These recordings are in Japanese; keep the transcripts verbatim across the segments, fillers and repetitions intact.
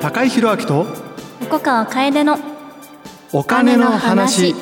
高井宏明と横川楓のお金の話。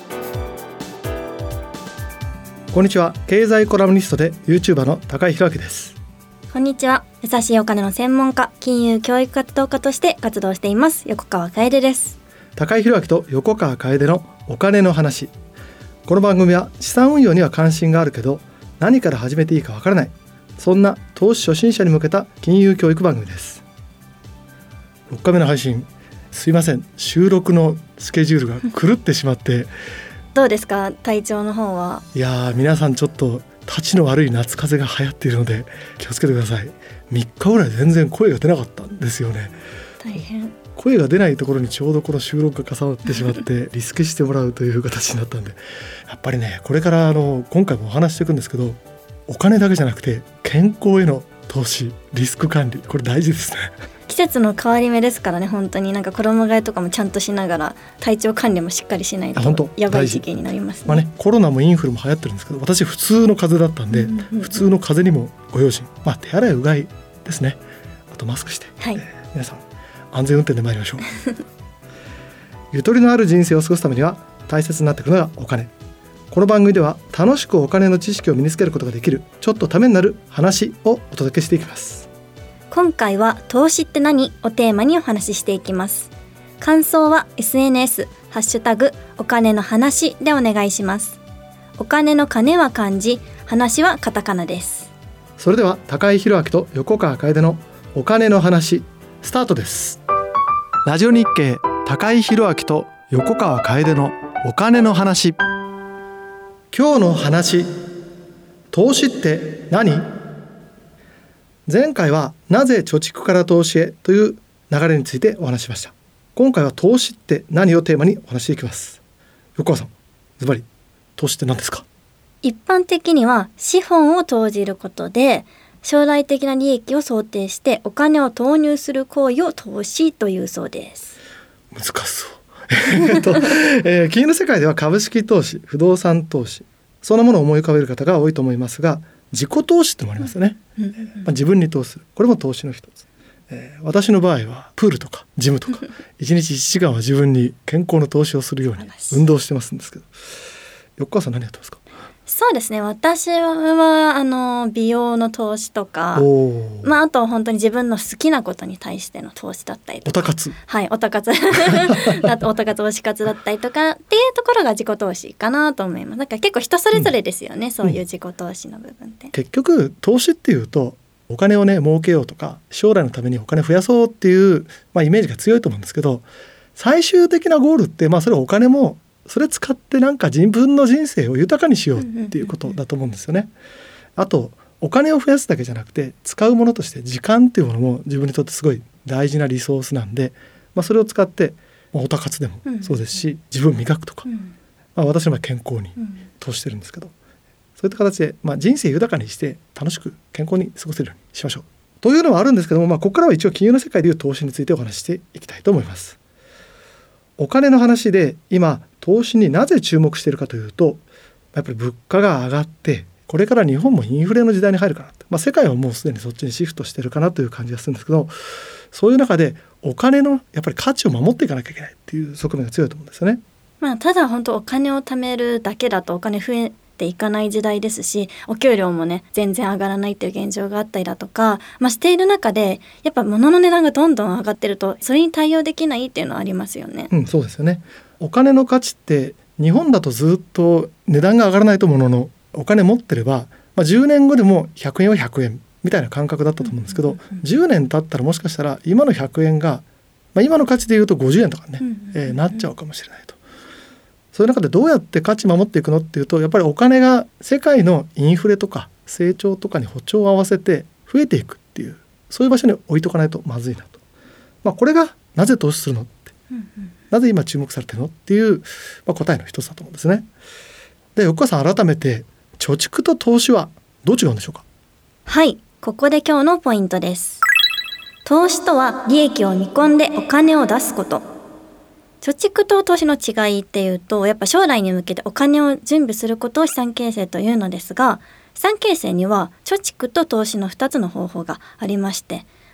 こんにちは。経済コラムニストで YouTuber の高井宏明です。 こんにちは。優しいお金の専門家、金融教育活動家として活動しています横川楓です。 高井宏明と横川楓のお金の話。この番組は資産運用には関心があるけど何から始めていいかわからない、そんな投資初心者に向けた金融教育番組です。ろっかいめの配信、すいません、収録のスケジュールが狂ってしまってどうですか、体調の方は。 いやー、皆さんちょっとたちの悪い夏風邪が流行っているので気をつけてください。みっかぐらい全然声が出なかったんですよね。 大変。 声が出ないところにちょうどこの収録が重なってしまってリスケしてもらうという形になったんで、やっぱりね、これからあの今回もお話していくんですけど、お金だけじゃなくて健康への投資、リスク管理、これ大事ですね。 季節の変わり目ですからね。本当になんか衣替えとかもちゃんとしながら体調管理もしっかりしないとやばい時期になりますね。 まあね、コロナもインフルも流行ってるんですけど、私普通の風邪だったんで、うんうんうん、普通の風邪にもご用心、まあ、手洗いうがいですね。あとマスクして、 はい、 えー、皆さん安全運転で参りましょうゆとりのある人生を過ごすためには大切になってくるのがお金。この番組では楽しくお金の知識を身につけることができるちょっとためになる話をお届けしていきます。 今回は投資って何をテーマにお話ししていきます。感想は エスエヌエス ハッシュタグお金の話でお願いします。お金の金は漢字、話はカタカナです。 それでは高井宏明と横川楓のお金の話スタートです。ラジオ日経高井宏明と横川楓のお金の話。今日の話、投資って何？前回はなぜ貯蓄から投資へという流れについてお話ししました。今回は投資って何をテーマにお話していきます。横川さん、ズバリ投資って何ですか？ 一般的には資本を投じることで将来的な利益を想定してお金を投入する行為を投資というそうです。 難しそうえっと、えー、金融の世界では株式投資、不動産投資、そんなものを思い浮かべる方が多いと思いますが、自己投資ってもありますよね、うんうんうん、まあ、自分に投資する、これも投資の一つ、えー、私の場合はプールとかジムとかいちにちいちじかんは自分に健康の投資をするように運動してますんですけど、横川さん何やってますか？ そうですね、私はあの美容の投資とか、まあ、あと本当に自分の好きなことに対しての投資だったりとか、 おたかつ、 はい、おたかつあとおたかつ推し活だったりとかっていうところが自己投資かなと思います。だから結構人それぞれですよね、うん、そういう自己投資の部分って、うん、 結局投資っていうとお金をね儲けようとか将来のためにお金増やそうっていう、まあ、イメージが強いと思うんですけど、最終的なゴールって、まあ、それお金もそれ使ってなんか自分の人生を豊かにしようっていうことだと思うんですよね。あとお金を増やすだけじゃなくて使うものとして時間っていうものも自分にとってすごい大事なリソースなんで、まあ、それを使って、まあ、おたかつでもそうですし、自分を磨くとか、まあ、私の場合健康に投資してるんですけど、そういった形で、まあ、人生豊かにして楽しく健康に過ごせるようにしましょうというのはあるんですけども、まあ、ここからは一応金融の世界でいう投資についてお話ししていきたいと思います。お金の話で今投資になぜ注目しているかというと、やっぱり物価が上がってこれから日本もインフレの時代に入るかなと、まあ、世界はもうすでにそっちにシフトしてるかなという感じがするんですけど、そういう中でお金のやっぱり価値を守っていかなきゃいけないっていう側面が強いと思うんですよね。 まあ、ただ本当お金を貯めるだけだとお金増えていかない時代ですし、お給料もね全然上がらないっていう現状があったりだとか、まあ、している中でやっぱ物の値段がどんどん上がってるとそれに対応できないっていうのはありますよね。 うん、そうですよね。お金の価値って日本だとずっと値段が上がらないとものの、お金持ってれば、まあ、じゅうねんごでもひゃくえんはひゃくえんみたいな感覚だったと思うんですけど、じゅうねん経ったらもしかしたら今のひゃくえんが、まあ、今の価値でいうとごじゅうえんとかね、えー、なっちゃうかもしれないと。そういう中でどうやって価値守っていくのっていうと、やっぱりお金が世界のインフレとか成長とかに歩調を合わせて増えていくっていう、そういう場所に置いとかないとまずいなと、まあ、これがなぜ投資するのって、うんうん、なぜ今注目されてるのっていう、まあ、答えの一つだと思うんですね。で、横川さん、改めて貯蓄と投資はどう違うんでしょうか？ はい、ここで今日のポイントです。投資とは利益を見込んでお金を出すこと。貯蓄と投資の違いっていうと、やっぱ将来に向けてお金を準備することを資産形成というのですが、資産形成には貯蓄と投資のふたつの方法がありまして、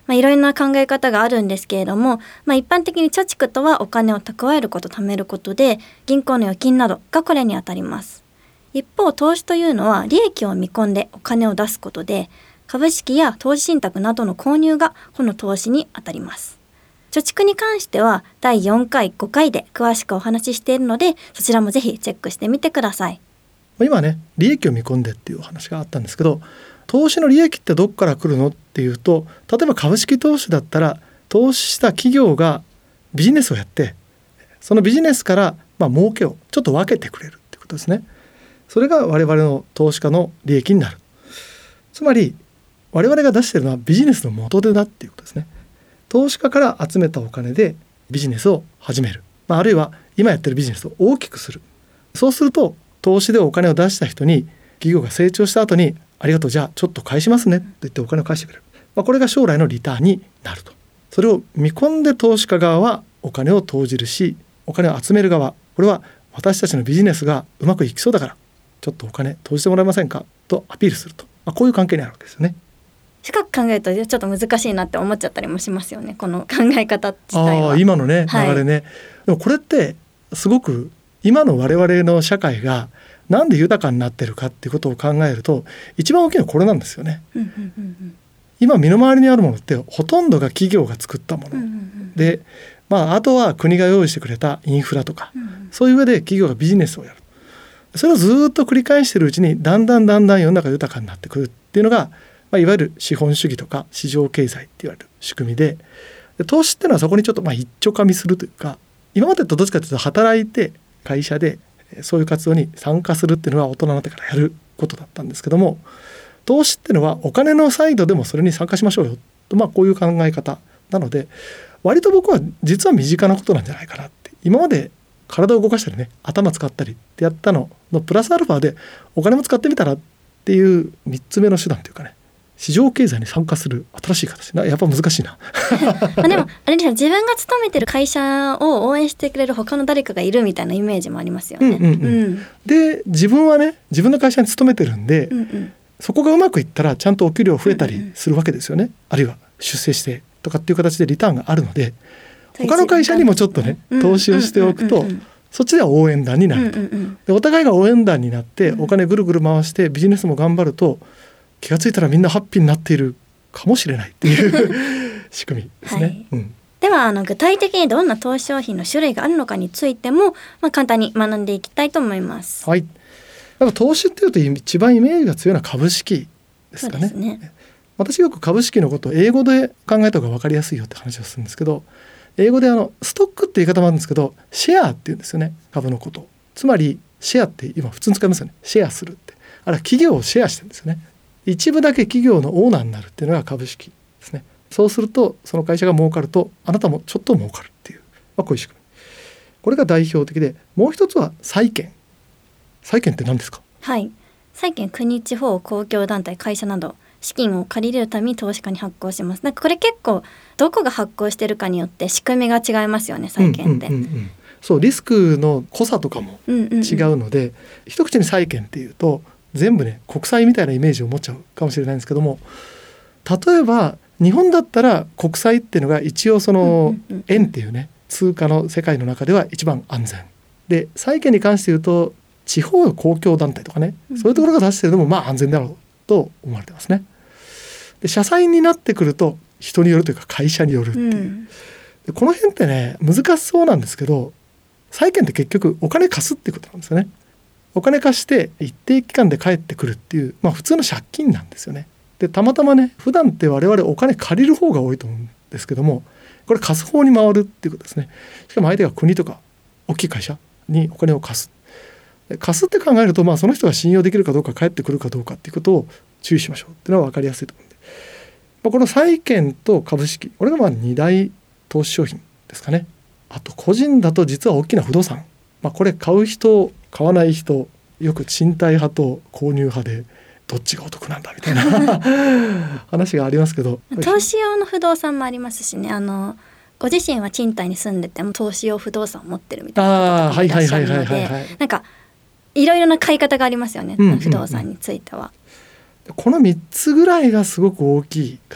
まあ、いろいろな考え方があるんですけれども、まあ、一般的に貯蓄とはお金を蓄えること、貯めることで、銀行の預金などがこれにあたります。一方、投資というのは利益を見込んでお金を出すことで、株式や投資信託などの購入がこの投資にあたります。貯蓄に関してはだいよんかい、ごかいで詳しくお話ししているので、そちらもぜひチェックしてみてください。 今ね、利益を見込んでっていうお話があったんですけど、投資の利益ってどこから来るのっていうと、例えば株式投資だったら、投資した企業がビジネスをやって、そのビジネスからまあ儲けをちょっと分けてくれるってことですね。それが我々の投資家の利益になる。つまり我々が出しているのはビジネスの元手だっていうことですね。投資家から集めたお金でビジネスを始める、まあ、あるいは今やってるビジネスを大きくする。そうすると投資でお金を出した人に、企業が成長した後に、ありがとう、じゃあちょっと返しますねと言ってお金を返してくれる、まあ、これが将来のリターンになると。それを見込んで投資家側はお金を投じるし、お金を集める側、これは私たちのビジネスがうまくいきそうだからちょっとお金投じてもらえませんかとアピールすると、まあ、こういう関係にあるわけですよね。 深く考えるとちょっと難しいなって思っちゃったりもしますよね、この考え方自体は。 あ今のねはい、 流れね。でもこれってすごく今の我々の社会がなんで豊かになってるかっていうことを考えると、一番大きいのはこれなんですよね。 うんうんうんうん、 今身の回りにあるものってほとんどが企業が作ったもの、 うんうんうん、 で、まあ、あとは国が用意してくれたインフラとか、うんうん、そういう上で企業がビジネスをやる。それをずっと繰り返しているうちにだんだんだんだん世の中豊かになってくるっていうのが、まあ、いわゆる資本主義とか市場経済って言われる仕組みで、で投資っていうのはそこにちょっとまあ一丁かみするというか、今までとどっちかというと働いて会社でそういう活動に参加するっていうのは大人になってからやることだったんですけども、投資っていうのはお金のサイドでもそれに参加しましょうよと、まあ、こういう考え方なので、割と僕は実は身近なことなんじゃないかなって。今まで体を動かしたりね、頭使ったりってやったののプラスアルファでお金も使ってみたらっていうみっつめの手段というかね、市場経済に参加する新しい形な、やっぱ難しいなまあでもあれですよ、自分が勤めてる会社を応援してくれる他の誰かがいるみたいなイメージもありますよね。 うんうんうんうん、で自分はね、自分の会社に勤めてるんで、うんうん、そこがうまくいったらちゃんとお給料増えたりするわけですよね、うんうん、あるいは出世してとかっていう形でリターンがあるので、他の会社にもちょっとね、投資をしておくと、うんうんうんうん、そっちでは応援団になると、うんうんうん、でお互いが応援団になってお金ぐるぐる回してビジネスも頑張ると、気がついたらみんなハッピーになっているかもしれないっていう仕組みですね、はいうん、 ではあの具体的にどんな投資商品の種類があるのかについても、まあ、簡単に学んでいきたいと思います。 はい、やっぱ投資っていうと一番イメージが強いのは株式ですかね。そうですね。私よく株式のことを英語で考えた方が分かりやすいよって話をするんですけど、英語であのストックって言い方もあるんですけど、シェアって言うんですよね、株のこと。つまりシェアって今普通に使いますよね、シェアするって。あれは企業をシェアしてるんですよね。一部だけ企業のオーナーになるっていうのが株式ですね。そうするとその会社が儲かると、あなたもちょっと儲かるっていう、まあ、こういう仕組み。これが代表的で、もう一つは債券。債券って何ですか？ はい、債券、国、地方、公共団体、会社など資金を借りるために投資家に発行します。なんかこれ結構どこが発行してるかによって仕組みが違いますよね、債券って、うんうんうんうん、 そう、リスクの濃さとかも違うので、うんうんうん、一口に債券っていうと全部ね、国債みたいなイメージを持っちゃうかもしれないんですけども、例えば日本だったら国債っていうのが一応その円っていうね、通貨の世界の中では一番安全で、債券に関して言うと地方公共団体とかね、そういうところが出しているのもまあ安全だろうと思われてますね。で社債になってくると人によるというか会社によるっていう、うん、でこの辺ってね難しそうなんですけど、債券って結局お金貸すっていうことなんですよね。お金貸して一定期間で返ってくるっていう、まあ、普通の借金なんですよね。でたまたまね、普段って我々お金借りる方が多いと思うんですけども、これ貸す方に回るっていうことですね。しかも相手が国とか大きい会社にお金を貸す。貸すって考えると、まあ、その人が信用できるかどうか、返ってくるかどうかっていうことを注意しましょうっていうのは分かりやすいと思うんで、まあ、この債券と株式、これがまあに大投資商品ですかね。あと個人だと実は大きな不動産、まあ、これ買う人買わない人、よく賃貸派と購入派でどっちがお得なんだみたいな話がありますけど、 投資用の不動産もありますしね、あのご自身は賃貸に住んでても投資用不動産を持ってるみたいな方もいらっしゃるので、なんかいろいろな買い方がありますよね、うんうんうん、不動産については。 このみっつぐらいがすごく大きいかな。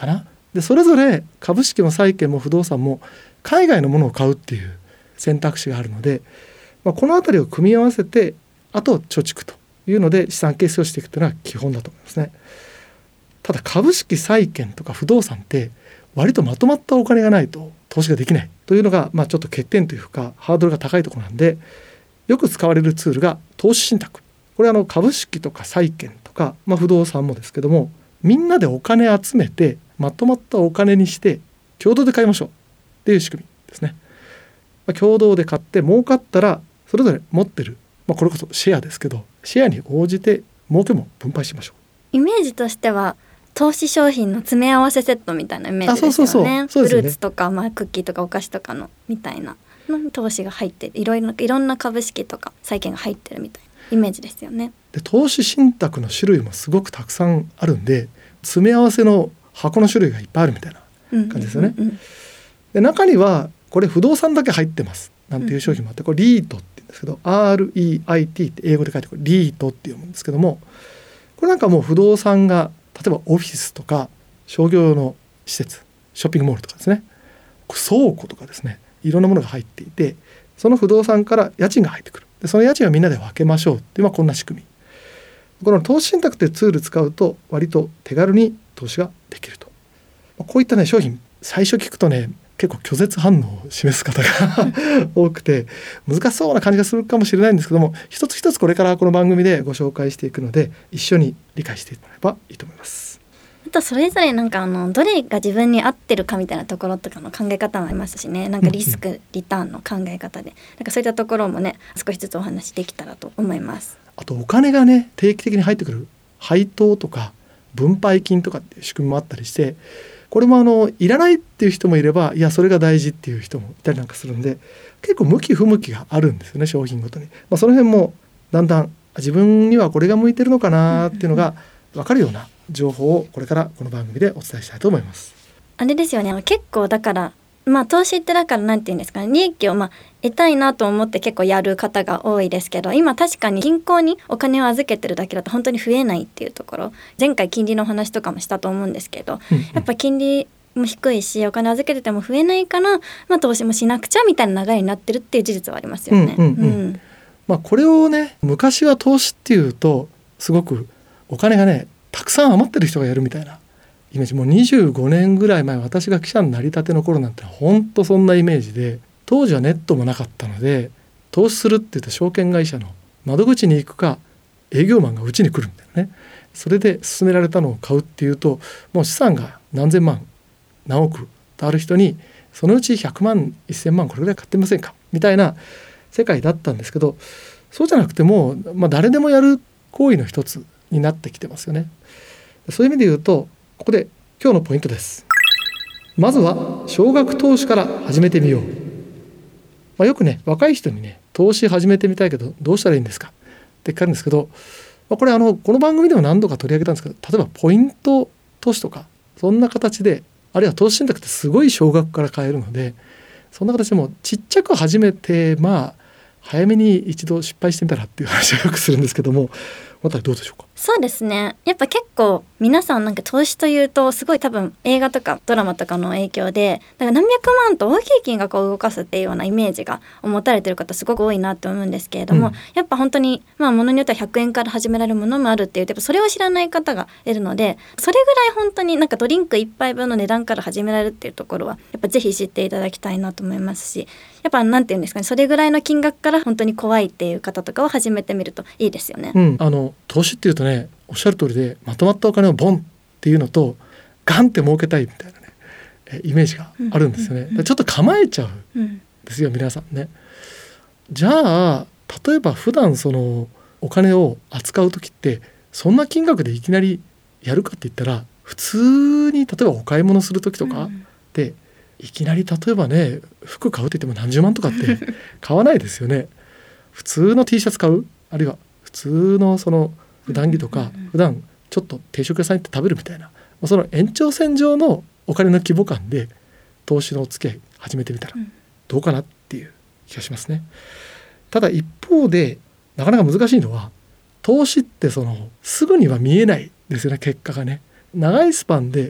でそれぞれ株式も債券も不動産も海外のものを買うっていう選択肢があるので、まあ、このあたりを組み合わせてあと貯蓄というので資産形成をしていくというのは基本だと思いますね。ただ株式債券とか不動産って割とまとまったお金がないと投資ができないというのが、まあ、ちょっと欠点というかハードルが高いところなんで、よく使われるツールが投資信託。これはあの株式とか債券とか、まあ、不動産もですけども、みんなでお金集めてまとまったお金にして共同で買いましょうっていう仕組みですね。まあ、共同で買って儲かったらそれぞれ持ってる、まあ、これこそシェアですけど、シェアに応じて儲けも分配しましょう。 イメージとしては投資商品の詰め合わせセットみたいなイメージですよね。 そうそうそうそうですよね。 フルーツとか、まあ、クッキーとかお菓子とかのみたいなの投資が入ってる、いろいろいろんな株式とか債券が入ってるみたいなイメージですよね。 で投資信託の種類もすごくたくさんあるんで、詰め合わせの箱の種類がいっぱいあるみたいな感じですよね。 うんうんうんうん、 で中にはこれ不動産だけ入ってますなんていう商品もあって、これリートって言うんですけど、 アールイーアイティー って英語で書いてこれリートって読むんですけども、これなんかもう不動産が例えばオフィスとか商業用の施設、ショッピングモールとかですね、倉庫とかですね、いろんなものが入っていて、その不動産から家賃が入ってくる。でその家賃をみんなで分けましょうっていう、まあ、こんな仕組み。この投資信託というツール使うと割と手軽に投資ができると。こういったね商品、最初聞くとね結構拒絶反応を示す方が多くて難しそうな感じがするかもしれないんですけども、一つ一つこれからこの番組でご紹介していくので一緒に理解してもらえばいいと思います。 あとそれぞれなんかあのどれが自分に合ってるかみたいなところとかの考え方もありますしね、なんかリスクリターンの考え方で、なんかそういったところもね少しずつお話できたらと思います。 あとお金がね定期的に入ってくる配当とか分配金とかっていう仕組みもあったりして、これもあのいらないっていう人もいれば、いやそれが大事っていう人もいたりなんかするんで、結構向き不向きがあるんですよね、商品ごとに。まあ、その辺もだんだん自分にはこれが向いてるのかなっていうのが分かるような情報をこれからこの番組でお伝えしたいと思います。 あれですよね、結構だからまあ投資ってだからなんていうんですかね、利益をまあ得たいなと思って結構やる方が多いですけど、今確かに銀行にお金を預けてるだけだと本当に増えないっていうところ、前回金利の話とかもしたと思うんですけど、うんうん、やっぱ金利も低いしお金預けてても増えないから、まあ、投資もしなくちゃみたいな流れになってるっていう事実はありますよね。 うんうんうんうん、まあ、これをね昔は投資っていうとすごくお金がねたくさん余ってる人がやるみたいなイメージ、もうにじゅうごねんぐらい前、私が記者になりたての頃なんて本当そんなイメージで、当時はネットもなかったので投資するって言って証券会社の窓口に行くか営業マンがうちに来るみたいなね、それで勧められたのを買うっていうと、もう資産が何千万何億とある人にそのうちひゃくまんいっせんまんこれぐらい買ってみませんかみたいな世界だったんですけど、そうじゃなくてもう、まあ、誰でもやる行為の一つになってきてますよね。そういう意味で言うとここで今日のポイントです。まずは少額投資から始めてみよう。まあ、よくね若い人にね投資始めてみたいけどどうしたらいいんですかって聞かれるんですけど、まあ、これあのこの番組でも何度か取り上げたんですけど、例えばポイント投資とかそんな形で、あるいは投資信託ってすごい少額から買えるので、そんな形でもちっちゃく始めて、まあ早めに一度失敗してみたらっていう話をよくするんですけども、またどうでしょうか。 そうですね、やっぱ結構皆さんなんか投資というとすごい多分映画とかドラマとかの影響で、だから何百万と大きい金額を動かすっていうようなイメージが持たれてる方すごく多いなと思うんですけれども、うん、やっぱ本当にまあものによってはひゃくえんから始められるものもあるっていう、やっぱそれを知らない方がいるので、それぐらい本当になんかドリンク一杯分の値段から始められるっていうところはやっぱぜひ知っていただきたいなと思いますし、やっぱなんていうんですかね、それぐらいの金額から本当に怖いっていう方とかを始めてみるといいですよね。 うん、あの投資っていうとねおっしゃる通りで、まとまったお金をボンっていうのとガンって儲けたいみたいなねイメージがあるんですよね、うんうんうん、ちょっと構えちゃうんですよ、うん、皆さんね。じゃあ例えば普段そのお金を扱う時ってそんな金額でいきなりやるかって言ったら、普通に例えばお買い物する時とかで、うん、いきなり例えばね服買うって言っても何十万とかって買わないですよね。普通の T シャツ買う、あるいは普通のその普段着とか、普段ちょっと定食屋さん行って食べるみたいな、その延長線上のお金の規模感で投資のお付き合い始めてみたらどうかなっていう気がしますね。ただ一方でなかなか難しいのは、投資ってそのすぐには見えないですよね、結果がね。長いスパンで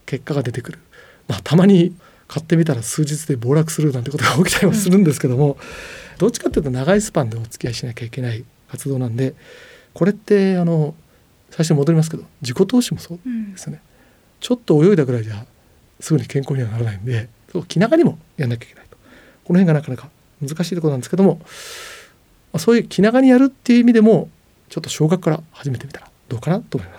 結果が出てくる、まあ、たまに買ってみたら数日で暴落するなんてことが起きたりもするんですけども、うん、どっちかというと長いスパンでお付き合いしなきゃいけない活動なんで、これってあの最初に戻りますけど自己投資もそうですね、うん、ちょっと泳いだぐらいじゃすぐに健康にはならないんで、気長にもやんなきゃいけないと。この辺がなかなか難しいところなんですけども、まあ、そういう気長にやるっていう意味でもちょっと少額から始めてみたらどうかなと思います。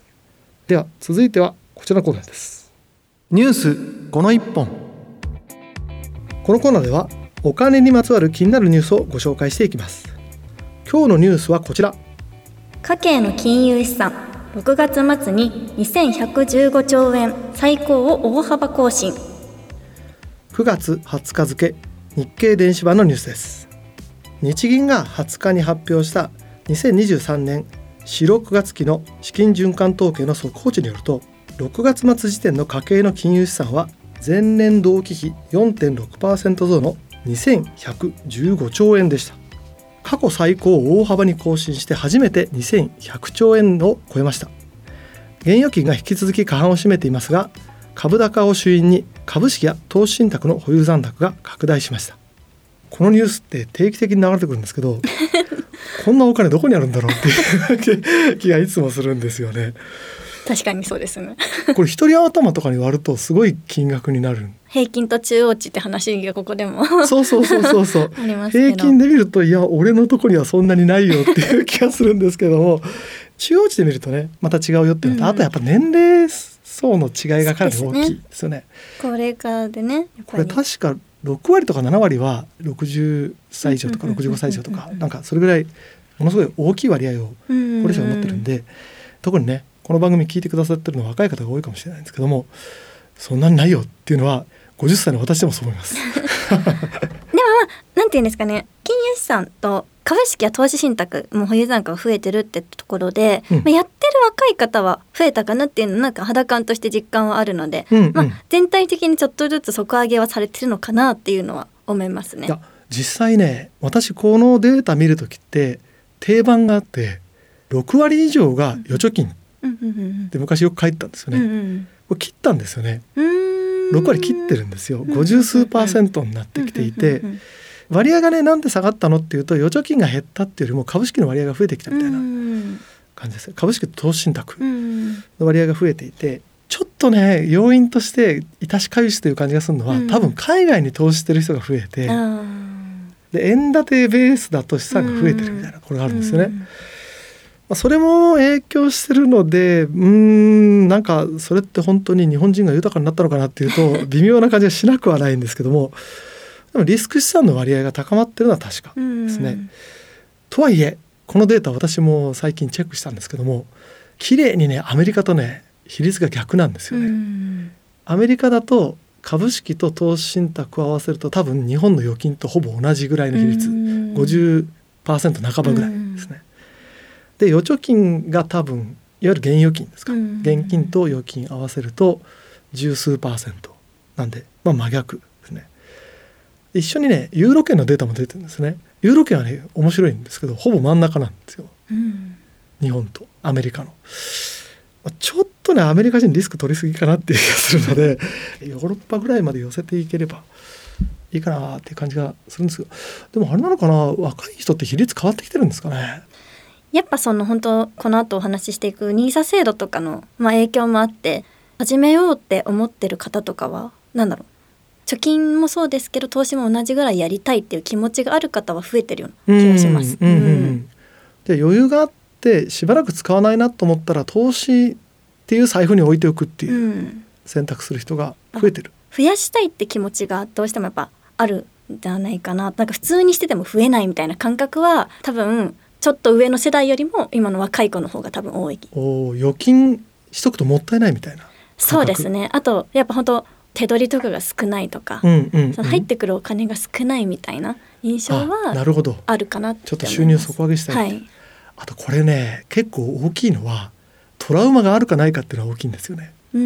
では続いてはこちらのコーナーです。ニュースこの一本。このコーナーではお金にまつわる気になるニュースをご紹介していきます。今日のニュースはこちら。 家計の金融資産ろくがつ末ににせんひゃくじゅうごちょうえん最高を大幅更新。 くがつはつか付日経電子版のニュースです。日銀がはつかに発表したにせんにじゅうさんねんしろくがつ期の資金循環統計の速報値によると、ろくがつ末時点の家計の金融資産は前年同期比 よんてんろくパーセント 増のにせんひゃくじゅうごちょうえんでした。過去最高を大幅に更新して初めてにせんひゃくちょうえんを超えました。現預金が引き続き過半を占めていますが、株高を主因に株式や投資信託の保有残高が拡大しました。このニュースって定期的に流れてくるんですけどこんなお金どこにあるんだろうっていう気がいつもするんですよね。 確かにそうですねこれ一人頭とかに割るとすごい金額になる。 平均と中央値って話がここでもそうそうそうそうそうありますけど、 平均で見るといや俺のとこにはそんなにないよっていう気がするんですけども中央値で見るとねまた違うよっていうのと、うん、あとやっぱ年齢層の違いがかなり大きいですよね。 高齢化でねやっぱりこれ確かろくわりとかななわりはろくじゅっさい以上とかろくじゅうごさい以上とかなんかそれぐらいものすごい大きい割合を高齢者が持ってるんで、特にねこの番組聞いてくださってるのは若い方が多いかもしれないんですけども、そんなにないよっていうのはごじゅっさいの私でもそう思いますでもまあなんていうんですかね、金融資産と株式や投資信託も保有残高が増えてるってところで、うんまあ、やってる若い方は増えたかなっていうのはなんか肌感として実感はあるので、うんうんまあ、全体的にちょっとずつ底上げはされてるのかなっていうのは思いますね。 いや実際ね私このデータ見るときって定番があってろくわり以上が預貯金って昔よく書いてたんですよね、うんうん、これ切ったんですよね。うーんろくわり切ってるんですよ。ごじゅうすうパーセントになってきていて、割合がねなんで下がったのっていうと預貯金が減ったっていうよりも株式の割合が増えてきたみたいな感じです。株式と投資信託の割合が増えていて、ちょっとね要因として致しかゆしという感じがするのは、多分海外に投資してる人が増えて、で円建てベースだと資産が増えてるみたいなこれがあるんですよね。まあ、それも影響してるので、うーんなんかそれって本当に日本人が豊かになったのかなっていうと微妙な感じがしなくはないんですけども、でもリスク資産の割合が高まってるのは確かですね。とはいえこのデータ私も最近チェックしたんですけども、綺麗にねアメリカとね比率が逆なんですよね。アメリカだと株式と投資信託を合わせると多分日本の預金とほぼ同じぐらいの比率 ごじゅっパーセント 半ばぐらいですね。で預貯金が多分いわゆる現預金ですか、現金と預金合わせると十数パーセントなんで、まあ、真逆ですね。一緒にねユーロ圏のデータも出てるんですね。ユーロ圏はね面白いんですけどほぼ真ん中なんですよ、うん、日本とアメリカの。ちょっとねアメリカ人リスク取りすぎかなっていう気がするのでヨーロッパぐらいまで寄せていければいいかなっていう感じがするんですけど、でもあれなのかな、若い人って比率変わってきてるんですかね。 やっぱその本当この後お話ししていくニーサ制度とかの、まあ、影響もあって始めようって思ってる方とかはなんだろう、貯金もそうですけど投資も同じぐらいやりたいっていう気持ちがある方は増えてるような気がします。 うんうんうん、で余裕があってしばらく使わないなと思ったら投資っていう財布に置いておくっていう選択する人が増えてる、 うん、増やしたいって気持ちがどうしてもやっぱあるんじゃないかな。なんか普通にしてても増えないみたいな感覚は多分ちょっと上の世代よりも今の若い子の方が多分多い。 お預金しとくともったいないみたいな。 そうですね。あとやっぱ本当手取りとかが少ないとか、うんうんうん、その入ってくるお金が少ないみたいな印象はなるほどあるかなってちょっと収入底上げしたい、はい、あとこれね結構大きいのはトラウマがあるかないかっていうのは大きいんですよね。うん、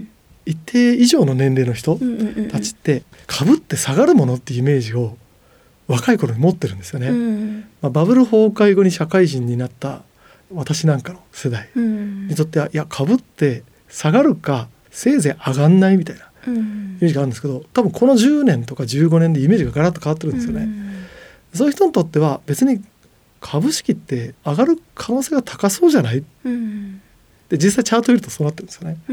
一定以上の年齢の人たちって株って下がるものっていうイメージを若い頃に持ってるんですよね、うんまあ、バブル崩壊後に社会人になった私なんかの世代にとっては、いや株って下がるかせいぜい上がんないみたいなうん、 イメージがあるんですけど、多分このじゅうねんとかじゅうごねんでイメージがガラッと変わってるんですよね、うん、そういう人にとっては別に株式って上がる可能性が高そうじゃない、うん、で実際チャート見るとそうなってるんですよね、うん、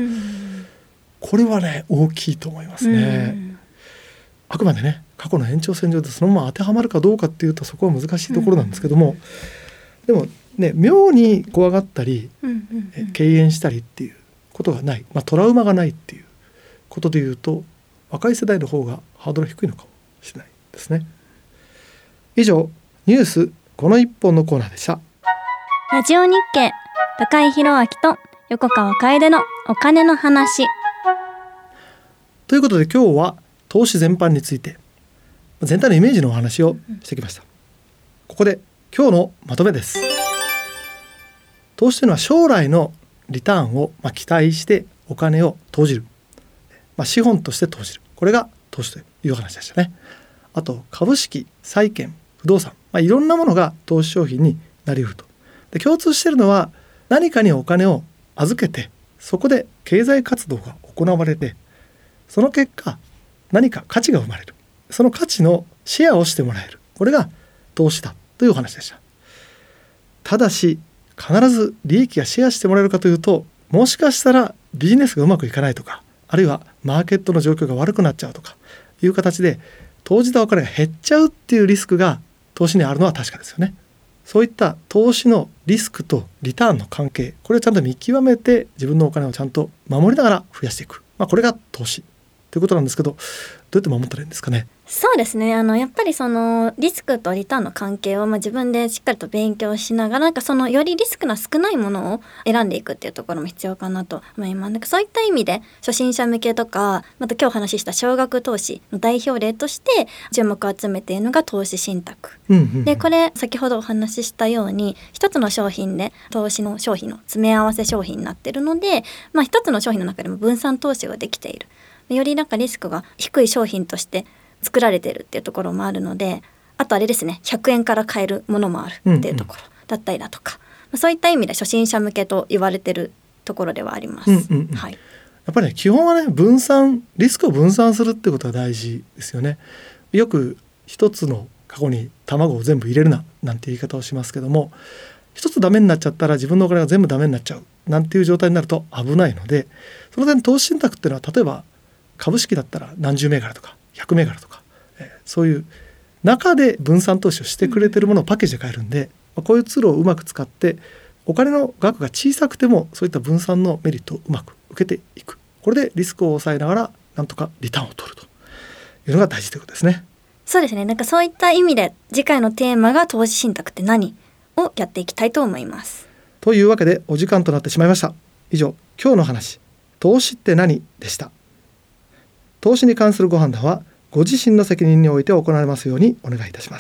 これはね大きいと思いますね、うん、あくまでね過去の延長線上でそのまま当てはまるかどうかっていうとそこは難しいところなんですけども、うん、でもね妙に怖がったり、うんうんうん、敬遠したりっていうことがない、まあ、トラウマがないっていうことでいうと若い世代の方がハードル低いのかもしれないですね。以上ニュースこの一本のコーナーでした。 ラジオ日経高井宏明と横川楓のお金の話ということで今日は投資全般について全体のイメージのお話をしてきました。ここで今日のまとめです。投資というのは将来のリターンをまあ期待してお金を投じる、まあ、資本として投じる、これが投資という話でしたね。あと株式、債券、不動産、まあ、いろんなものが投資商品になりうると。で共通しているのは何かにお金を預けてそこで経済活動が行われてその結果何か価値が生まれる、その価値のシェアをしてもらえる、これが投資だというお話でした。ただし必ず利益がシェアしてもらえるかというと、もしかしたらビジネスがうまくいかないとか、あるいはマーケットの状況が悪くなっちゃうとかいう形で投じたお金が減っちゃうっていうリスクが投資にあるのは確かですよね。そういった投資のリスクとリターンの関係、これをちゃんと見極めて自分のお金をちゃんと守りながら増やしていく、まあ、これが投資ということなんですけど、どうやって守ったらいいんですかね。 そうですね、あのやっぱりそのリスクとリターンの関係をまあ自分でしっかりと勉強しながら、なんかそのよりリスクの少ないものを選んでいくっていうところも必要かなと思います。なんかそういった意味で初心者向けとか、また今日お話しした少額投資の代表例として注目を集めているのが投資信託、うんうんうん、でこれ先ほどお話ししたように一つの商品で投資の商品の詰め合わせ商品になっているので、まあ、一つの商品の中でも分散投資ができている、よりなんかリスクが低い商品として作られているっていうところもあるので、あとあれですね、ひゃくえんから買えるものもあるっていうところだったりだとか、うんうん、そういった意味で初心者向けと言われているところではあります、うんうんうん、はい、 やっぱり、ね、基本はね分散リスクを分散するってことが大事ですよね。よく一つのカゴに卵を全部入れるななんて言い方をしますけども、一つダメになっちゃったら自分のお金が全部ダメになっちゃうなんていう状態になると危ないので、その点投資信託っていうのは例えば株式だったら何十銘柄とかひゃく銘柄とか、えー、そういう中で分散投資をしてくれてるものをパッケージで買えるんで、まあ、こういうツールをうまく使ってお金の額が小さくてもそういった分散のメリットをうまく受けていく、これでリスクを抑えながらなんとかリターンを取るというのが大事ということですね。 そうですね、なんかそういった意味で次回のテーマが投資信託って何をやっていきたいと思います。 というわけでお時間となってしまいました。以上今日の話、投資って何でした。投資に関するご判断はご自身の責任において行われますようにお願いいたします。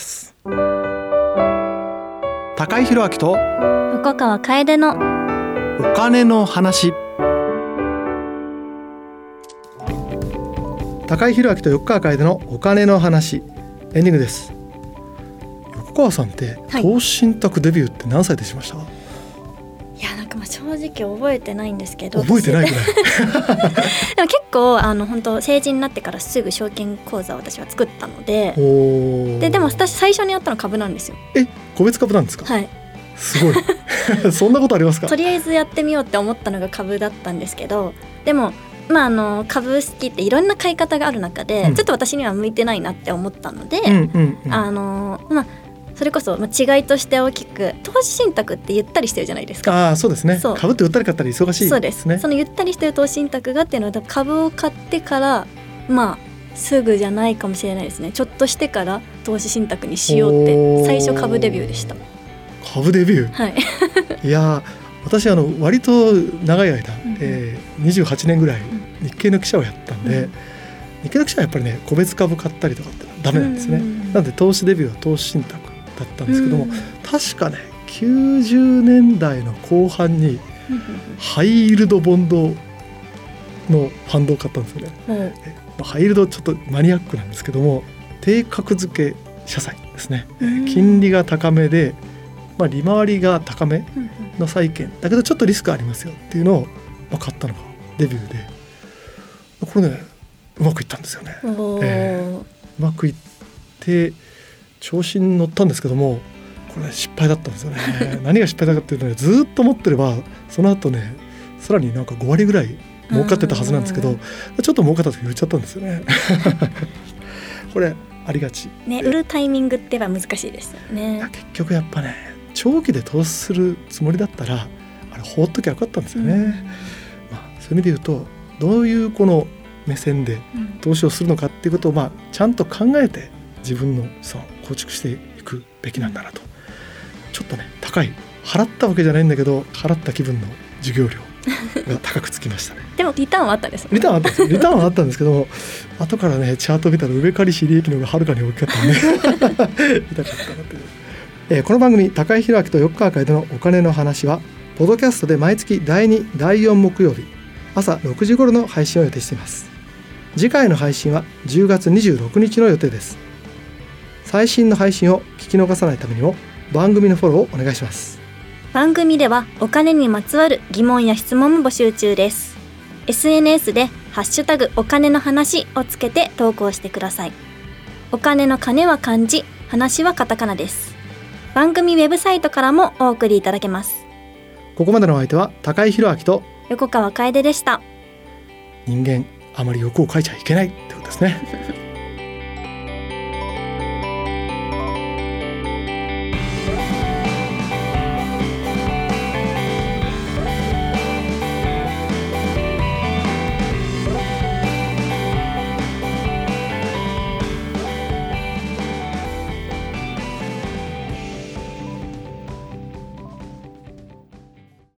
高井宏明と横川楓のお金の話。高井宏明と横川楓のお金の話、エンディングです。横川さんって投資信託デビューって何歳でしました？はい、 いやなんかまあ正直覚えてないんですけど、 覚えてないぐらいでも結構あの本当成人になってからすぐ証券口座を私は作ったので、ででも私最初にやったの株なんですよ。 え、個別株なんですか？ はい、 すごいそんなことありますか？ とりあえずやってみようって思ったのが株だったんですけど、でもまあ、あの株式っていろんな買い方がある中で、うん、ちょっと私には向いてないなって思ったので、うんうんうん、あのまあそれこそ違いとして大きく投資信託ってゆったりしてるじゃないですか。 あ、そうですね。株って売ったり買ったり忙しいですね。 そうです。そのゆったりしてる投資信託がっていうのは株を買ってからまあすぐじゃないかもしれないですね。ちょっとしてから投資信託にしようって最初株デビューでした。 株デビュー、 はいいや私あの割と長い間、うんえー、にじゅうはちねんぐらい日経の記者をやったんで、うん、日経の記者はやっぱりね個別株買ったりとかってダメなんですね、うん、なので投資デビューは投資信託だったんですけども、うん、確かねきゅうじゅうねんだいの後半にハイイールドボンドのファンドを買ったんですよね、うん、ハイイールドちょっとマニアックなんですけども低格付け社債ですね、うん、金利が高めで、まあ、利回りが高めの債券だけどちょっとリスクありますよっていうのを買ったのがデビューで、 これねうまくいったんですよね。 おー、 えー、うまくいって調子に乗ったんですけども、これ失敗だったんですよね何が失敗だかっていうとね、ずっと持ってればその後ねさらになんかごわりぐらい儲かってたはずなんですけど、ちょっと儲かった時売っちゃったんですよねこれありがち、 ね、売るタイミングっては難しいですよね。 結局やっぱね長期で投資するつもりだったらあれ放っときゃよかったんですよね、うん、まあ、そういう意味で言うとどういうこの目線で投資をするのかっていうことを、まあ、ちゃんと考えて自分の資産を構築していくべきなんだなと。ちょっとね高い払ったわけじゃないんだけど払った気分の授業料が高くつきましたねでもリターンはあったんですよね。 リターンはあったんですよリターンはあったんですけど後からねチャート見たら上借りし利益の方がはるかに大きかったんで痛かったなっていう、えー、この番組高井宏明と横川楓のお金の話はポッドキャストで毎月だいにだいよん木曜日朝ろくじ頃の配信を予定しています。次回の配信はじゅうがつにじゅうろくにちの予定です。最新の配信を聞き逃さないためにも番組のフォローをお願いします。 番組ではお金にまつわる疑問や質問も募集中です。 エスエヌエス でハッシュタグお金の話をつけて投稿してください。お金の金は漢字、話はカタカナです。番組ウェブサイトからもお送りいただけます。 ここまでのお相手は高井宏明と横川楓でした。 人間あまり欲をかいちゃいけないってことですね